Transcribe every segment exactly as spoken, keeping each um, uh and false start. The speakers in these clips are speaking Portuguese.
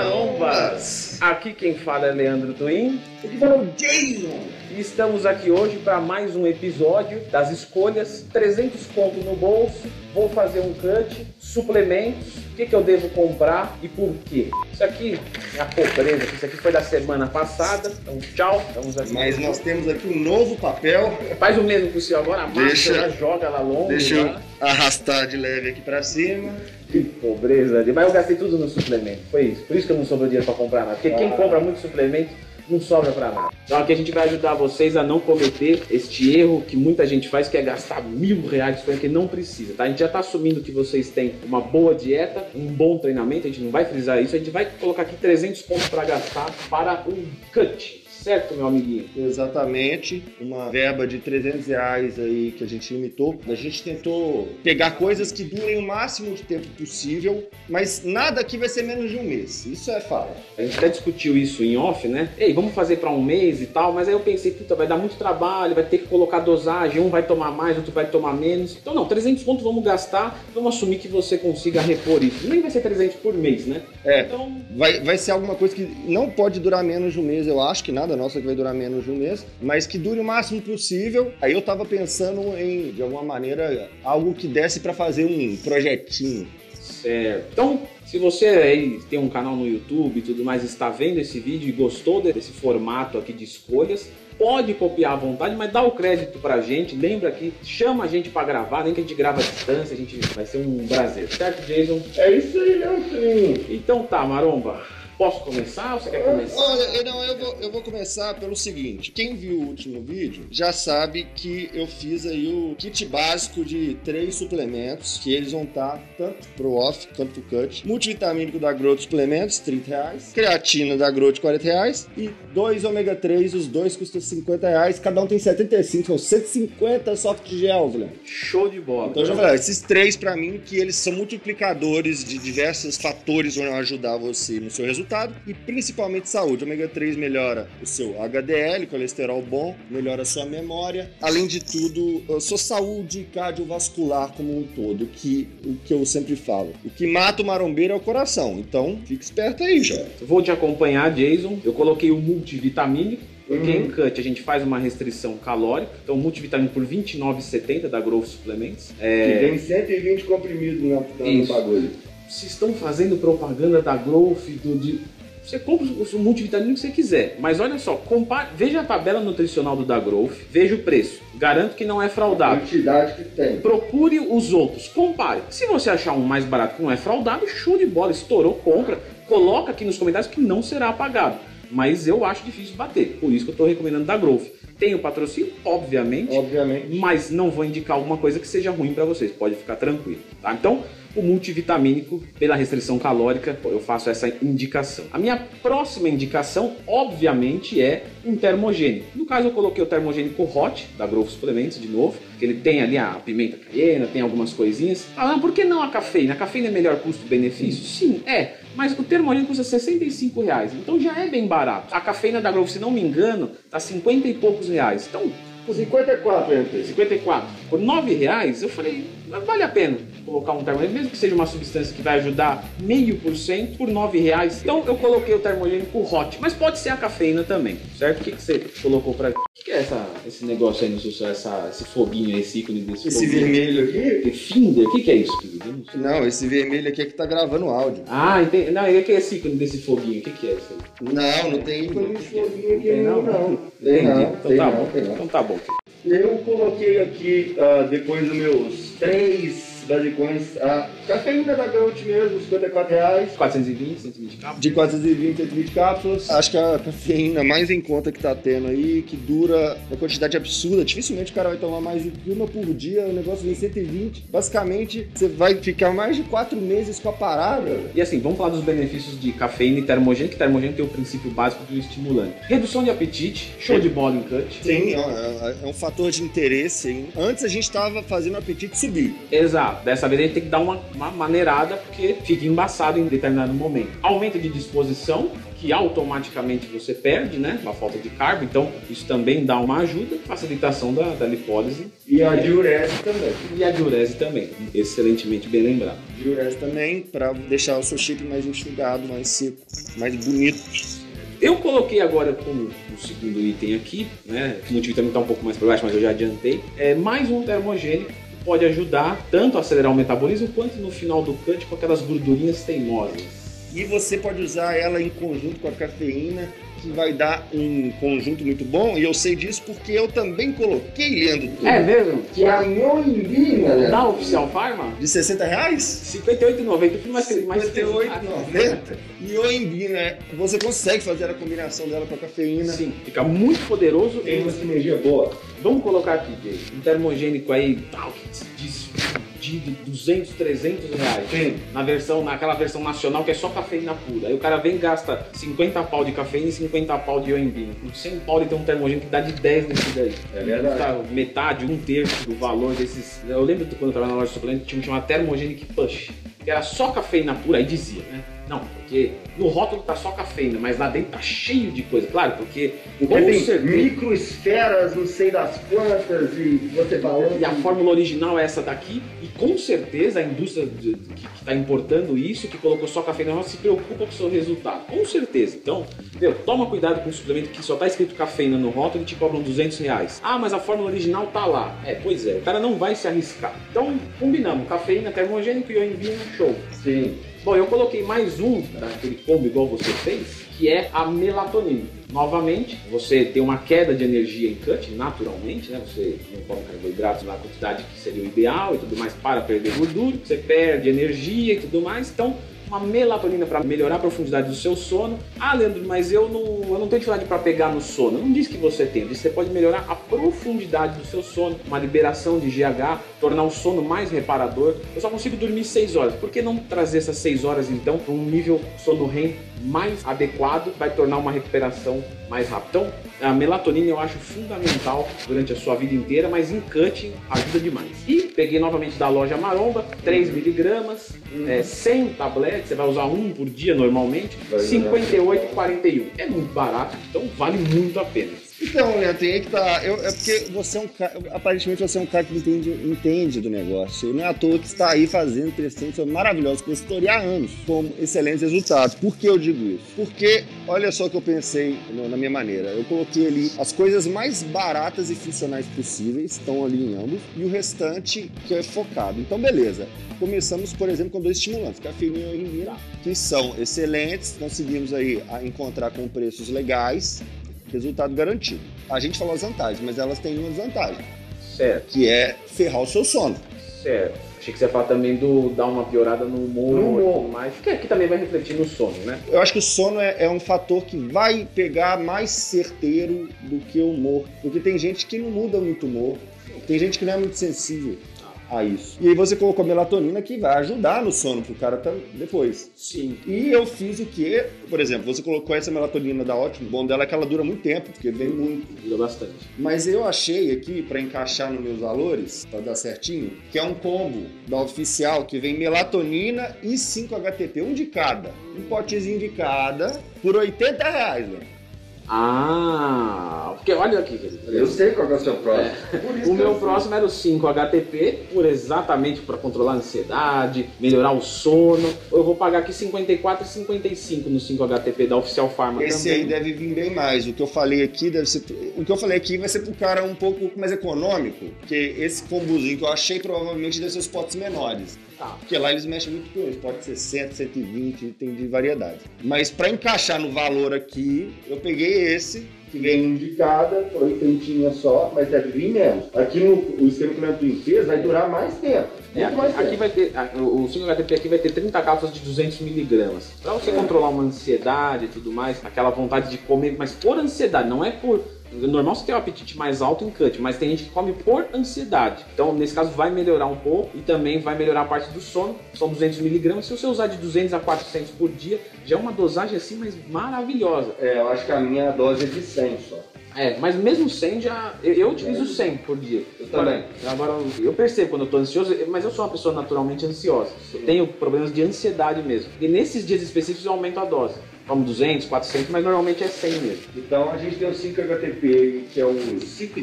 Marombas! Aqui quem fala é Leandro Twin. Ele falou Jason! E estamos aqui hoje para mais um episódio das escolhas. trezentos conto no bolso, vou fazer um cut, suplementos, o que, que eu devo comprar e por quê. Isso aqui é a pobreza, isso aqui foi da semana passada, então tchau, estamos aqui. Mas nós temos aqui um novo papel. Faz o mesmo que o seu agora, amassa, Deixa, já joga lá longe. Deixa eu lá. arrastar de leve aqui para cima. Que pobreza, mas eu gastei tudo no suplemento, foi isso. Por isso que eu não sobrou dinheiro para comprar nada, porque ah. quem compra muito suplemento não sobra pra nada. Então aqui a gente vai ajudar vocês a não cometer este erro que muita gente faz, que é gastar mil reais de que não precisa, tá? A gente já tá assumindo que vocês têm uma boa dieta, um bom treinamento, a gente não vai frisar isso, a gente vai colocar aqui trezentos pontos para gastar para um cut. Certo, meu amiguinho? Exatamente, uma verba de trezentos reais aí que a gente limitou. A gente tentou pegar coisas que durem o máximo de tempo possível, mas nada aqui vai ser menos de um mês, isso é fato. A gente até discutiu isso em off, né? Ei, vamos fazer para um mês e tal, mas aí eu pensei, puta, vai dar muito trabalho, vai ter que colocar dosagem, um vai tomar mais, outro vai tomar menos. Então não, trezentos pontos vamos gastar, vamos assumir que você consiga repor isso. Nem vai ser trezentos por mês, né? É, então vai, vai ser alguma coisa que não pode durar menos de um mês, eu acho que nada nossa que vai durar menos de um mês, mas que dure o máximo possível. Aí eu tava pensando em, de alguma maneira, algo que desse para fazer um projetinho. Certo. Então, se você aí tem um canal no YouTube e tudo mais, está vendo esse vídeo e gostou desse formato aqui de escolhas, pode copiar à vontade, mas dá o crédito pra gente. Lembra que chama a gente pra gravar, nem que a gente grava à distância, a gente vai ser um prazer. Certo, Jason? É isso aí, Leandro. Então tá, Maromba. Posso começar ou você quer começar? Olha, não, eu vou, eu vou começar pelo seguinte. Quem viu o último vídeo já sabe que eu fiz aí o kit básico de três suplementos, que eles vão estar tanto pro off quanto pro cut. Multivitamínico da Growth Suplementos, trinta reais. Creatina da Growth, quarenta reais. E dois ômega três, os dois custam cinquenta reais. Cada um tem setenta e cinco, são cento e cinquenta soft gels, né? Show de bola. Então, já falei, esses três pra mim, que eles são multiplicadores de diversos fatores que vão ajudar você no seu resultado. E principalmente saúde. O ômega três melhora o seu H D L, colesterol bom, melhora a sua memória. Além de tudo, a sua saúde cardiovascular como um todo, que o que eu sempre falo. O que mata o marombeiro é o coração. Então, fique esperto aí, já. Vou te acompanhar, Jason. Eu coloquei o multivitamínico. Porque uhum. em cut a gente faz uma restrição calórica, então multivitamínico por vinte e nove reais e setenta centavos da Growth Suplementos. É... Que tem cento e vinte comprimidos no, no bagulho. Vocês estão fazendo propaganda da Growth, do, de... você compra o multivitamínico que você quiser, mas olha só, compare... veja a tabela nutricional do da Growth, veja o preço, garanto que não é fraudado. A quantidade que tem. Procure os outros, compare. Se você achar um mais barato que não é fraudado, show de bola, estourou, compra, coloca aqui nos comentários que não será apagado. Mas eu acho difícil bater, por isso que eu estou recomendando da Growth. Tem o patrocínio, obviamente, obviamente, mas não vou indicar alguma coisa que seja ruim para vocês, pode ficar tranquilo, tá? Então, o multivitamínico, pela restrição calórica, eu faço essa indicação. A minha próxima indicação, obviamente, é um termogênico. No caso, eu coloquei o termogênico Hot, da Growth Suplementos, de novo, que ele tem ali a pimenta caiena, tem algumas coisinhas. Ah, por que não a cafeína? A cafeína é melhor custo-benefício? Sim, é. Mas o termogênico custa sessenta e cinco reais, então já é bem barato. A cafeína da Growth, se não me engano, tá cinquenta e poucos reais. Então, por cinquenta e quatro, entre. cinquenta e quatro. Por nove reais, eu falei, vale a pena colocar um termogênico, mesmo que seja uma substância que vai ajudar meio por cento por nove reais. Então eu coloquei o termogênico Hot, mas pode ser a cafeína também, certo? O que, que você colocou pra... O que, que é essa, esse negócio aí no seu, essa, esse foguinho, esse ícone desse esse foguinho? Vermelho aqui? Finder? O que, que é isso, querido? Não, não, esse vermelho aqui é que tá gravando o áudio. Ah, entendi. Não, e que é esse ícone desse foguinho? O que, que é isso aí? Não, não tem ícone desse foguinho aqui não, não. não. Tem não, então, tem tá não, bom. tem não. Então tá bom. Eu coloquei aqui, uh, depois dos meus três basicões, a cafeína da Growth mesmo, cinquenta e quatro reais. quatrocentos e vinte, cento e vinte cápsulas. De quatrocentos e vinte, cento e vinte cápsulas. Acho que a cafeína mais em conta que tá tendo aí, que dura uma quantidade absurda. Dificilmente o cara vai tomar mais de uma por dia, o negócio vem cento e vinte. Basicamente, você vai ficar mais de quatro meses com a parada. E assim, vamos falar dos benefícios de cafeína e termogênico, que termogênico tem o princípio básico do estimulante. Redução de apetite, show de bola em cut. Sim, é, é um fator de interesse, hein? Antes a gente tava fazendo o apetite subir. Exato. Dessa vez a gente tem que dar uma, uma maneirada, porque fica embaçado em determinado momento. Aumento de disposição, que automaticamente você perde, né? Pela falta de carbo. Então, isso também dá uma ajuda, facilitação da, da lipólise. E a diurese também. E a diurese também, excelentemente bem lembrado. Diurese também, para deixar o seu shape mais enxugado, mais seco, mais bonito. Eu coloquei agora como o segundo item aqui, né? O multivitamina está um pouco mais para baixo, mas eu já adiantei. É mais um termogênico que pode ajudar tanto a acelerar o metabolismo quanto no final do cut com aquelas gordurinhas teimosas. E você pode usar ela em conjunto com a cafeína, que vai dar um conjunto muito bom. E eu sei disso porque eu também coloquei, Leandro. Tudo, é mesmo? Que é a Yoimbina, né? Da Oficial Pharma? De sessenta reais? cinquenta e oito reais e noventa centavos. cinquenta e oito reais e noventa centavos. Yoimbina, você consegue fazer a combinação dela com a cafeína. Sim, fica muito poderoso. Tem uma sinergia boa. Vamos colocar aqui, Jay, um termogênico aí, tal, que se diz de duzentos, trezentos reais. Sim. Na versão, naquela versão nacional que é só cafeína pura. Aí o cara vem e gasta cinquenta pau de cafeína e cinquenta pau de Yoimbina. Com cem pau ele tem um termogênico que dá de dez nesse daí. É verdade. Custa metade, um terço do valor desses. Eu lembro de quando eu trabalhava na loja de suplemento, tinha um chamado Thermogenic Push, que era só cafeína pura, aí dizia, né? Não, porque no rótulo tá só cafeína, mas lá dentro tá cheio de coisa. Claro, porque... Porque tem certeza, microesferas, não sei das quantas, e você falando... E a fórmula original é essa daqui, e com certeza a indústria de, de, que está importando isso, que colocou só cafeína, ela se preocupa com o seu resultado. Com certeza. Então, meu, toma cuidado com o suplemento que só tá escrito cafeína no rótulo e te cobram duzentos reais. Ah, mas a fórmula original tá lá. É, pois é, o cara não vai se arriscar. Então, combinamos. Cafeína, termogênico e Yoimbina, show. Sim. Bom, eu coloquei mais um daquele combo igual você fez, que é a melatonina. Novamente, você tem uma queda de energia em cut, naturalmente, né? Você não come carboidratos na quantidade que seria o ideal e tudo mais para perder gordura, você perde energia e tudo mais. Então, uma melatonina para melhorar a profundidade do seu sono. Ah, Leandro, mas eu não, eu não tenho dificuldade para pegar no sono. Eu não disse que você tem, eu disse que você pode melhorar a profundidade do seu sono, uma liberação de G H, tornar o sono mais reparador. Eu só consigo dormir seis horas. Por que não trazer essas seis horas, então, para um nível sono R E M mais adequado, vai tornar uma recuperação mais rápida? Então, a melatonina eu acho fundamental durante a sua vida inteira, mas em cutting ajuda demais. E peguei novamente da loja Maromba, três miligramas, uhum. é, cem tabletes, você vai usar um por dia normalmente, cinquenta e oito reais e quarenta e um centavos. É muito barato, então vale muito a pena. Então, Leandro, aí que tá. Eu, é porque você é um cara. Aparentemente você é um cara que entende, entende do negócio. E não é à toa que está aí fazendo crescentes maravilhosos consultoria há anos, com excelentes resultados. Por que eu digo isso? Porque, olha só o que eu pensei no, na minha maneira. Eu coloquei ali as coisas mais baratas e funcionais possíveis, estão ali em ambos, e o restante que é focado. Então, beleza. Começamos, por exemplo, com dois estimulantes, cafeína e Yoimbina, que são excelentes. Conseguimos aí a encontrar com preços legais. Resultado garantido. A gente falou as vantagens, mas elas têm uma desvantagem. Certo. Que é ferrar o seu sono. Certo. Achei que você ia falar também do dar uma piorada no humor, no humor. E tudo mais, que aqui também vai refletir no sono, né? Eu acho que o sono é, é um fator que vai pegar mais certeiro do que o humor. Porque tem gente que não muda muito o humor. Tem gente que não é muito sensível a isso. E aí você colocou melatonina que vai ajudar no sono pro cara depois. Sim. E eu fiz o que, por exemplo, você colocou essa melatonina da Ótimo, o bom dela é que ela dura muito tempo, porque vem muito. Dura bastante. Mas eu achei aqui, para encaixar nos meus valores, para dar certinho, que é um combo da Oficial que vem melatonina e cinco H T P, um de cada. Um potezinho de cada, por oitenta reais, velho. Ah, porque olha aqui, querido. Eu sei qual é o seu próximo. É. O meu próximo era o cinco H T P, por exatamente para controlar a ansiedade, melhorar o sono. Eu vou pagar aqui cinquenta e quatro reais e cinquenta e cinco centavos no cinco H T P da Oficial Pharma. Esse também. aí deve vir bem mais. O que eu falei aqui deve ser. O que eu falei aqui vai ser pro cara um pouco mais econômico, porque esse combozinho que eu achei provavelmente deve ser os potes menores. Tá. Porque lá eles mexem muito com isso, pode ser cem, cento e vinte, tem de variedade. Mas para encaixar no valor aqui, eu peguei esse, que vem um de cada, por oitentinha só, mas deve vir menos. Aqui no o esquema que o Leandro fez vai durar mais tempo. É, aqui, mais aqui tempo. vai ter, o cinco H T P aqui vai ter trinta cápsulas de duzentos miligramas. Para você é. controlar uma ansiedade e tudo mais, aquela vontade de comer, mas por ansiedade, não é por... Normal você ter um apetite mais alto em cut, mas tem gente que come por ansiedade. Então, nesse caso, vai melhorar um pouco e também vai melhorar a parte do sono. São duzentos miligramas. Se você usar de duzentos a quatrocentos por dia, já é uma dosagem assim, mas maravilhosa. É, eu acho que a minha dose é de cem só. É, mas mesmo cem já... Eu, eu utilizo cem por dia. Eu também. Agora, eu percebo quando eu tô ansioso, mas eu sou uma pessoa naturalmente ansiosa. Eu tenho problemas de ansiedade mesmo. E nesses dias específicos eu aumento a dose. tomo duzentos, quatrocentos, mas normalmente é cem mesmo. Então a gente tem o cinco H T P, que é o cinco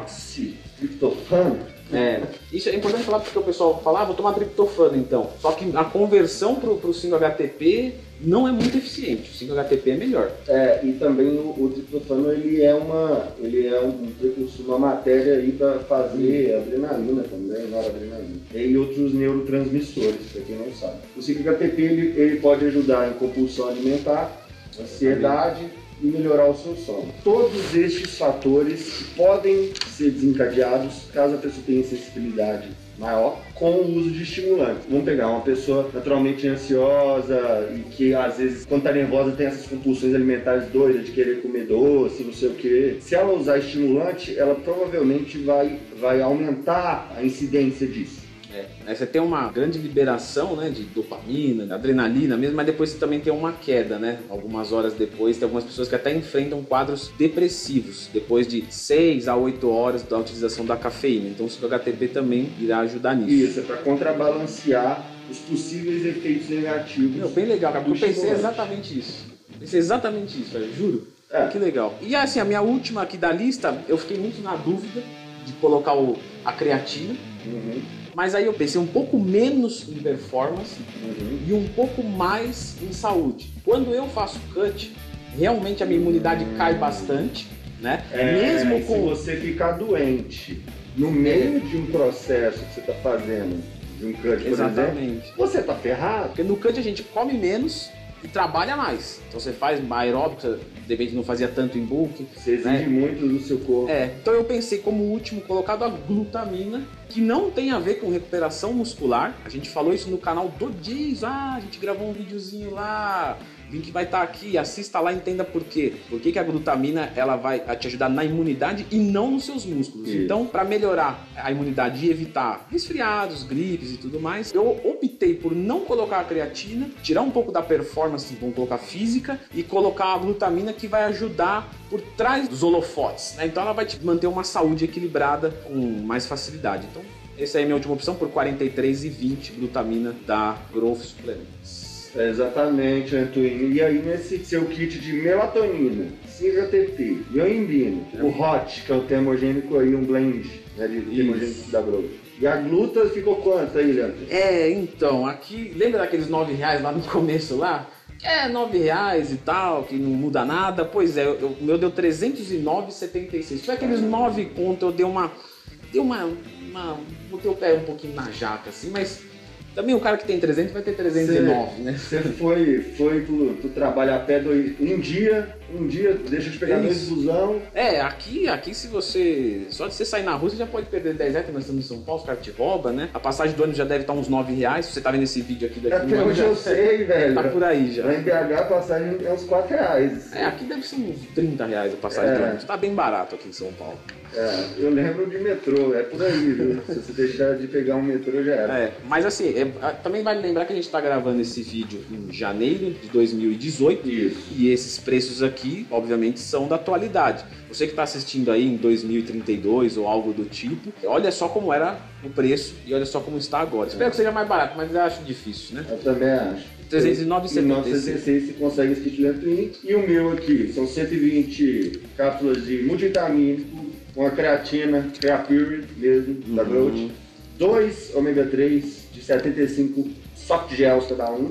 hidroxitriptofano. É, isso é importante falar porque o pessoal fala, ah, vou tomar triptofano então. Só que a conversão pro, pro cinco H T P não é muito eficiente, o cinco H T P é melhor. É, e também o, o triptofano ele é uma, ele é um precursor, uma matéria aí para fazer adrenalina também, noradrenalina. E outros neurotransmissores, para quem não sabe. O cinco H T P ele, ele pode ajudar em compulsão alimentar, ansiedade e melhorar o seu sono. Todos estes fatores podem ser desencadeados caso a pessoa tenha sensibilidade maior com o uso de estimulantes. Vamos pegar uma pessoa naturalmente ansiosa e que às vezes quando está nervosa tem essas compulsões alimentares doidas de querer comer doce, não sei o que. Se ela usar estimulante, ela provavelmente vai, vai aumentar a incidência disso. É, aí você tem uma grande liberação, né, de dopamina, adrenalina mesmo, mas depois você também tem uma queda, né? Algumas horas depois, tem algumas pessoas que até enfrentam quadros depressivos depois de seis a oito horas da utilização da cafeína. Então o cinco H T P também irá ajudar nisso. Isso, é para contrabalancear os possíveis efeitos negativos. Meu, bem legal, cara, porque eu pensei exatamente isso. Pensei exatamente isso, velho, juro. É. Que legal. E assim, a minha última aqui da lista, eu fiquei muito na dúvida de colocar o, a creatina. Uhum. Mas aí eu pensei um pouco menos em performance uhum. e um pouco mais em saúde. Quando eu faço cut, realmente a minha imunidade uhum. cai bastante, né? É, Mesmo com... se você ficar doente no meio de um processo que você está fazendo, de um cut, por Exatamente. exemplo, você está ferrado. Porque no cut a gente come menos e trabalha mais. Então você faz aeróbico, você de repente não fazia tanto em bulk. Você exige né? muito do seu corpo. É, então eu pensei como último colocado a glutamina, que não tem a ver com recuperação muscular. A gente falou isso no canal do Diz, ah, a gente gravou um videozinho lá, o link vai estar aqui, assista lá e entenda por quê. Por que que a glutamina ela vai te ajudar na imunidade e não nos seus músculos. Isso. Então, para melhorar a imunidade e evitar resfriados, gripes e tudo mais, eu optei por não colocar a creatina, tirar um pouco da performance, vamos colocar física, e colocar a glutamina que vai ajudar por trás dos holofotes, né? Então ela vai te manter uma saúde equilibrada com mais facilidade. Então essa é a minha última opção por quarenta e três e vinte glutamina da Growth Supplements. É exatamente, Antônio. E aí nesse seu kit de melatonina, cinco H T P, ioimbina, é. o Hot, que é o termogênico aí, um blend, né, de termogênico da Growth. E a gluta ficou quanto aí, Leandro? É, então, aqui, lembra daqueles nove reais lá no começo lá? É, nove reais e tal, que não muda nada. Pois é, eu, o meu deu trezentos e nove reais e setenta e seis. Foi aqueles nove conto, eu dei uma... Dei uma... uma botei o pé um pouquinho na jaca, assim, mas... Também o cara que tem trezentos vai ter trezentos e nove, né? Você foi, foi pro, pro trabalho a pé dois, um dia, um dia, deixa de pegar dois busão. É, aqui, aqui se você... Só de você sair na rua, você já pode perder dez reais, nós estamos em São Paulo, os caras te roubam, né? A passagem do ônibus já deve estar uns nove reais, se você tá vendo esse vídeo aqui daqui... Até hoje eu sei, velho. Tá por aí já. Lá em B H a passagem é uns quatro reais. É, aqui deve ser uns trinta reais a passagem é. do ônibus. Tá bem barato aqui em São Paulo. É, eu lembro de metrô, é por aí, viu? Se você deixar de pegar um metrô já era. É, mas assim, é, também vale lembrar que a gente está gravando esse vídeo em janeiro de dois mil e dezoito. Isso. E esses preços aqui, obviamente, são da atualidade. Você que está assistindo aí em dois mil e trinta e dois ou algo do tipo, olha só como era o preço e olha só como está agora. Espero é. que seja mais barato, mas eu acho difícil, né? Eu também acho. trezentos e nove reais e setenta e seis. setenta e seis você consegue esse kit Lentwin. E o meu aqui são cento e vinte cápsulas de multivitamínico, uma creatina, Creapure mesmo, uhum. da Growth. Dois ômega três de setenta e cinco soft gels cada um.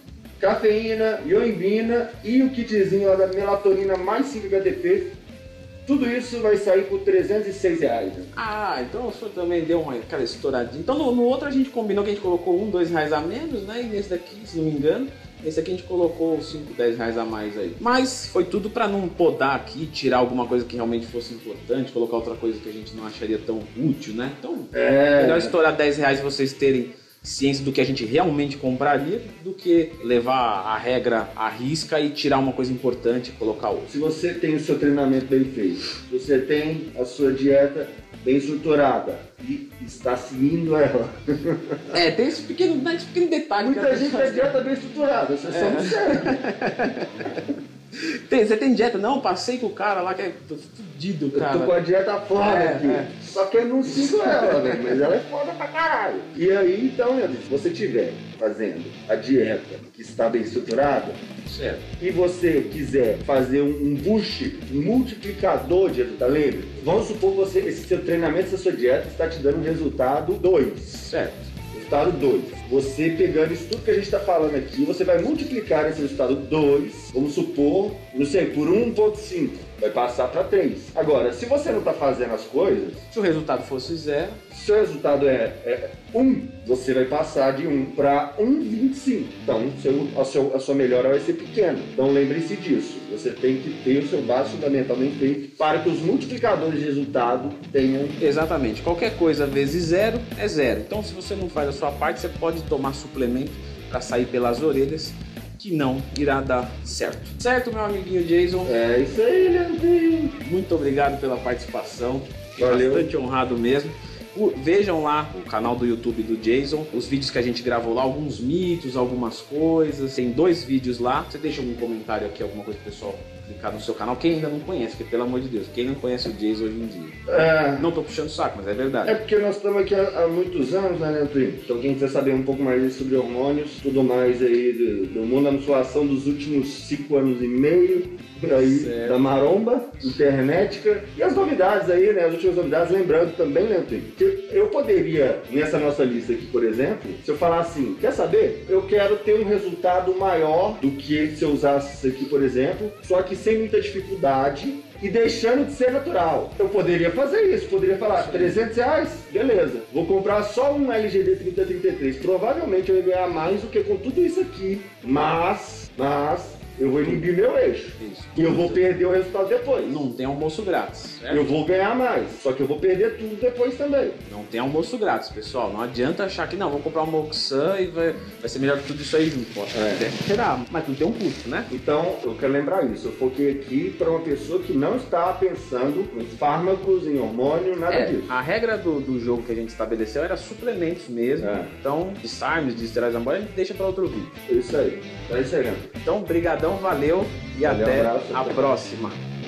Cafeína, ioimbina e o kitzinho lá da melatonina mais cinco H T P. Tudo isso vai sair por trezentos e seis reais. Né? Ah, então o senhor também deu uma aquela estouradinha. Então no, no outro a gente combinou que a gente colocou um, dois reais a menos, né? E nesse daqui, se não me engano, esse aqui a gente colocou cinco, dez reais a mais aí. Mas foi tudo pra não podar aqui, tirar alguma coisa que realmente fosse importante, colocar outra coisa que a gente não acharia tão útil, né? Então, é melhor estourar dez reais e vocês terem ciência do que a gente realmente compraria do que levar a regra à risca e tirar uma coisa importante e colocar outra. Se você tem o seu treinamento bem feito, se você tem a sua dieta bem estruturada e está seguindo ela. É, tem esse pequeno, esse pequeno detalhe. Muita gente tem dieta bem estruturada, vocês é. são certos. Tem, você tem dieta? Não, passei com o cara lá que é fudido, cara. Eu tô com a dieta foda É, aqui. é. Só que eu não sigo ela, velho. Mas ela é foda pra caralho. E aí, então, Leandro, se você estiver fazendo a dieta que está bem estruturada, Certo. e você quiser fazer um, um boost, um multiplicador de resultado, lembre, vamos supor que você, esse seu treinamento, essa sua dieta está te dando um resultado dois. Certo. Resultado dois. Você pegando isso tudo que a gente está falando aqui, você vai multiplicar esse resultado dois, vamos supor, não sei, por um ponto cinco. Vai passar para três. Agora, se você não está fazendo as coisas, Se o resultado fosse zero, se o resultado é, é um, você vai passar de um para um vírgula vinte e cinco. Então, seu, a, seu, a sua melhora vai ser pequena. Então, lembre-se disso. Você tem que ter o seu básico fundamental bem feito para que os multiplicadores de resultado tenham... exatamente. Qualquer coisa vezes zero é zero. Então, se você não faz a sua parte, você pode tomar suplemento para sair pelas orelhas, que não irá dar certo. Certo, meu amiguinho Jason? É isso aí, Leandrinho. Muito obrigado pela participação. Fiquei Valeu. bastante honrado mesmo. O- Vejam lá o canal do YouTube do Jason, os vídeos que a gente gravou lá, alguns mitos, algumas coisas. Tem dois vídeos lá. Você deixa algum comentário aqui, alguma coisa pro pessoal clicar no seu canal. Quem ainda não conhece, porque pelo amor de Deus, quem não conhece o Jason hoje em dia? É, Não tô puxando saco, mas é verdade. é porque nós estamos aqui há, há muitos anos, né, Leandrinho? Então, quem quiser saber um pouco mais sobre hormônios, tudo mais aí do, do mundo da musculação dos últimos cinco anos e meio, aí, Certo. da maromba, internetica, e as novidades aí, né, as últimas novidades, lembrando também, Leandrinho, que eu poderia, nessa nossa lista aqui, por exemplo, se eu falar assim, quer saber? Eu quero ter um resultado maior do que se eu usasse isso aqui, por exemplo, só que sem muita dificuldade e deixando de ser natural. Eu poderia fazer isso, poderia falar, trezentos reais? Beleza, vou comprar só um L G D trinta trinta e três, provavelmente eu ia ganhar mais do que com tudo isso aqui, mas, mas... eu vou inibir meu eixo. Isso. E eu vou perder o resultado depois. Não tem almoço grátis, certo? Eu vou ganhar mais, só que eu vou perder tudo depois também. Não tem almoço grátis, pessoal. Não adianta achar que não, vou comprar um Moxan e vai, vai ser melhor que tudo isso aí junto. Pode É. até será, mas não tem um custo, né? Então, eu quero lembrar isso. Eu foquei aqui para uma pessoa que não está pensando em fármacos, em hormônio, nada É, disso. a regra do, do jogo que a gente estabeleceu era suplementos mesmo. É. Então, de SARMs, de esteroides anabólicos, a gente deixa para outro vídeo. É isso aí. É isso aí, Leandro. Então, brigadão, valeu e Valeu, até abraço, a até. próxima.